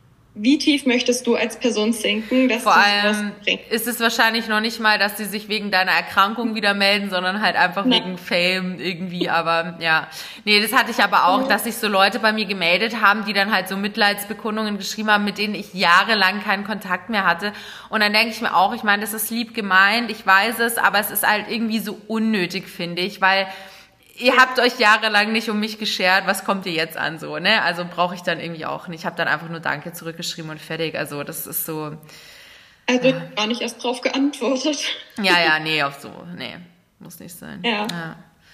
Wie tief möchtest du als Person sinken, dass Vor du allem was bringst? ist es wahrscheinlich noch nicht mal, dass sie sich wegen deiner Erkrankung wieder melden, sondern halt einfach Nein. wegen Fame irgendwie, aber ja. Nee, das hatte ich aber auch, dass sich so Leute bei mir gemeldet haben, die dann halt so Mitleidsbekundungen geschrieben haben, mit denen ich jahrelang keinen Kontakt mehr hatte. Und dann denke ich mir auch, ich meine, das ist lieb gemeint, ich weiß es, aber es ist halt irgendwie so unnötig, finde ich, weil ihr habt euch jahrelang nicht um mich geschert, was kommt ihr jetzt an so, ne? Also brauche ich dann irgendwie auch nicht. Ich habe dann einfach nur Danke zurückgeschrieben und fertig. Also das ist so... Also ich habe gar nicht erst drauf geantwortet. Ja, ja, nee, auf so, nee, muss nicht sein. Ja. ja.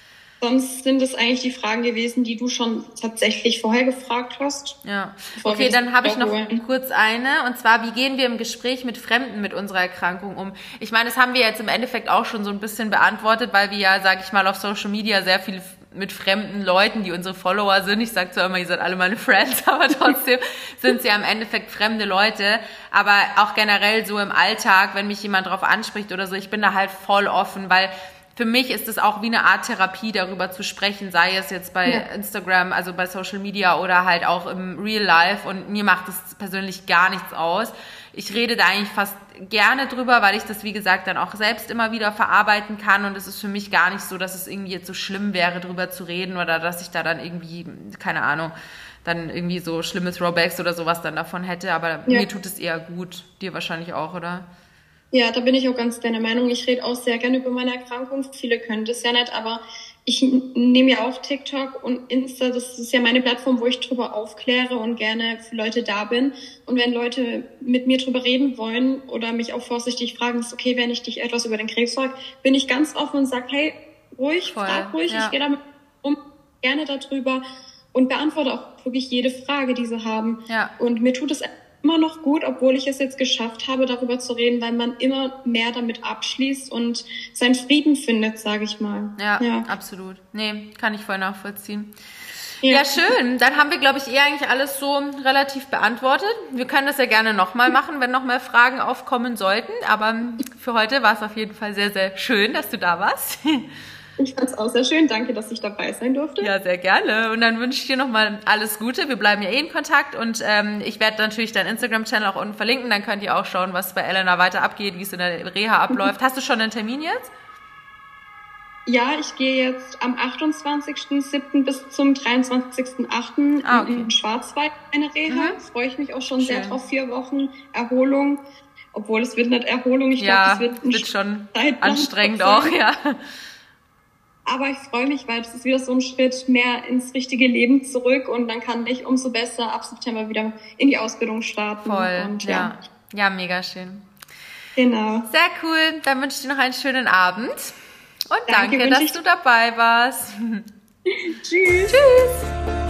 Sonst sind es eigentlich die Fragen gewesen, die du schon tatsächlich vorher gefragt hast. Ja, okay, dann habe ich noch kurz eine. Und zwar, wie gehen wir im Gespräch mit Fremden mit unserer Erkrankung um? Ich meine, das haben wir jetzt im Endeffekt auch schon so ein bisschen beantwortet, weil wir ja, sag ich mal, auf Social Media sehr viel mit fremden Leuten, die unsere Follower sind. Ich sag zwar immer, ihr seid alle meine Friends, aber trotzdem sind sie ja im Endeffekt fremde Leute. Aber auch generell so im Alltag, wenn mich jemand drauf anspricht oder so, ich bin da halt voll offen, weil für mich ist es auch wie eine Art Therapie, darüber zu sprechen, sei es jetzt bei ja. Instagram, also bei Social Media oder halt auch im Real Life. Und mir macht das persönlich gar nichts aus. Ich rede da eigentlich fast gerne drüber, weil ich das, wie gesagt, dann auch selbst immer wieder verarbeiten kann. Und es ist für mich gar nicht so, dass es irgendwie jetzt so schlimm wäre, drüber zu reden oder dass ich da dann irgendwie, keine Ahnung, dann irgendwie so schlimme Throwbacks oder sowas dann davon hätte. Aber ja. mir tut es eher gut. Dir wahrscheinlich auch, oder? Ja, da bin ich auch ganz deiner Meinung. Ich rede auch sehr gerne über meine Erkrankung. Viele können das ja nicht, aber ich nehme ja auch TikTok und Insta. Das ist ja meine Plattform, wo ich drüber aufkläre und gerne für Leute da bin. Und wenn Leute mit mir drüber reden wollen oder mich auch vorsichtig fragen, ist okay, wenn ich dich etwas über den Krebs frage, bin ich ganz offen und sage, hey, ruhig, Voll, frag ruhig, ja. ich gehe damit um, gerne darüber und beantworte auch wirklich jede Frage, die sie haben. Ja. Und mir tut es immer noch gut, obwohl ich es jetzt geschafft habe, darüber zu reden, weil man immer mehr damit abschließt und seinen Frieden findet, sage ich mal. Ja, ja, absolut. Nee, kann ich voll nachvollziehen. Ja. ja, schön. Dann haben wir, glaube ich, eh eigentlich alles so relativ beantwortet. Wir können das ja gerne nochmal machen, wenn noch mehr Fragen aufkommen sollten. Aber für heute war es auf jeden Fall sehr, sehr schön, dass du da warst. Ich fand es auch sehr schön. Danke, dass ich dabei sein durfte. Ja, sehr gerne. Und dann wünsche ich dir nochmal alles Gute. Wir bleiben ja eh in Kontakt. Und ähm, ich werde natürlich deinen Instagram-Channel auch unten verlinken. Dann könnt ihr auch schauen, was bei Elena weiter abgeht, wie es in der Reha abläuft. Hast du schon einen Termin jetzt? Ja, ich gehe jetzt am achtundzwanzigsten siebten bis zum dreiundzwanzigsten achten Ah, okay. in Schwarzwald eine Reha. Mhm. Freue ich mich auch schon Schön. sehr drauf. Vier Wochen Erholung. Obwohl, es wird nicht Erholung. Ich ja, glaube, es wird, wird schon anstrengend auch, ja. Aber ich freue mich, weil es ist wieder so ein Schritt mehr ins richtige Leben zurück und dann kann ich umso besser ab September wieder in die Ausbildung starten. Voll, und, ja. ja. Ja, mega schön. Genau. Sehr cool. Dann wünsche ich dir noch einen schönen Abend und danke, danke dass du dabei warst. Tschüss. Tschüss.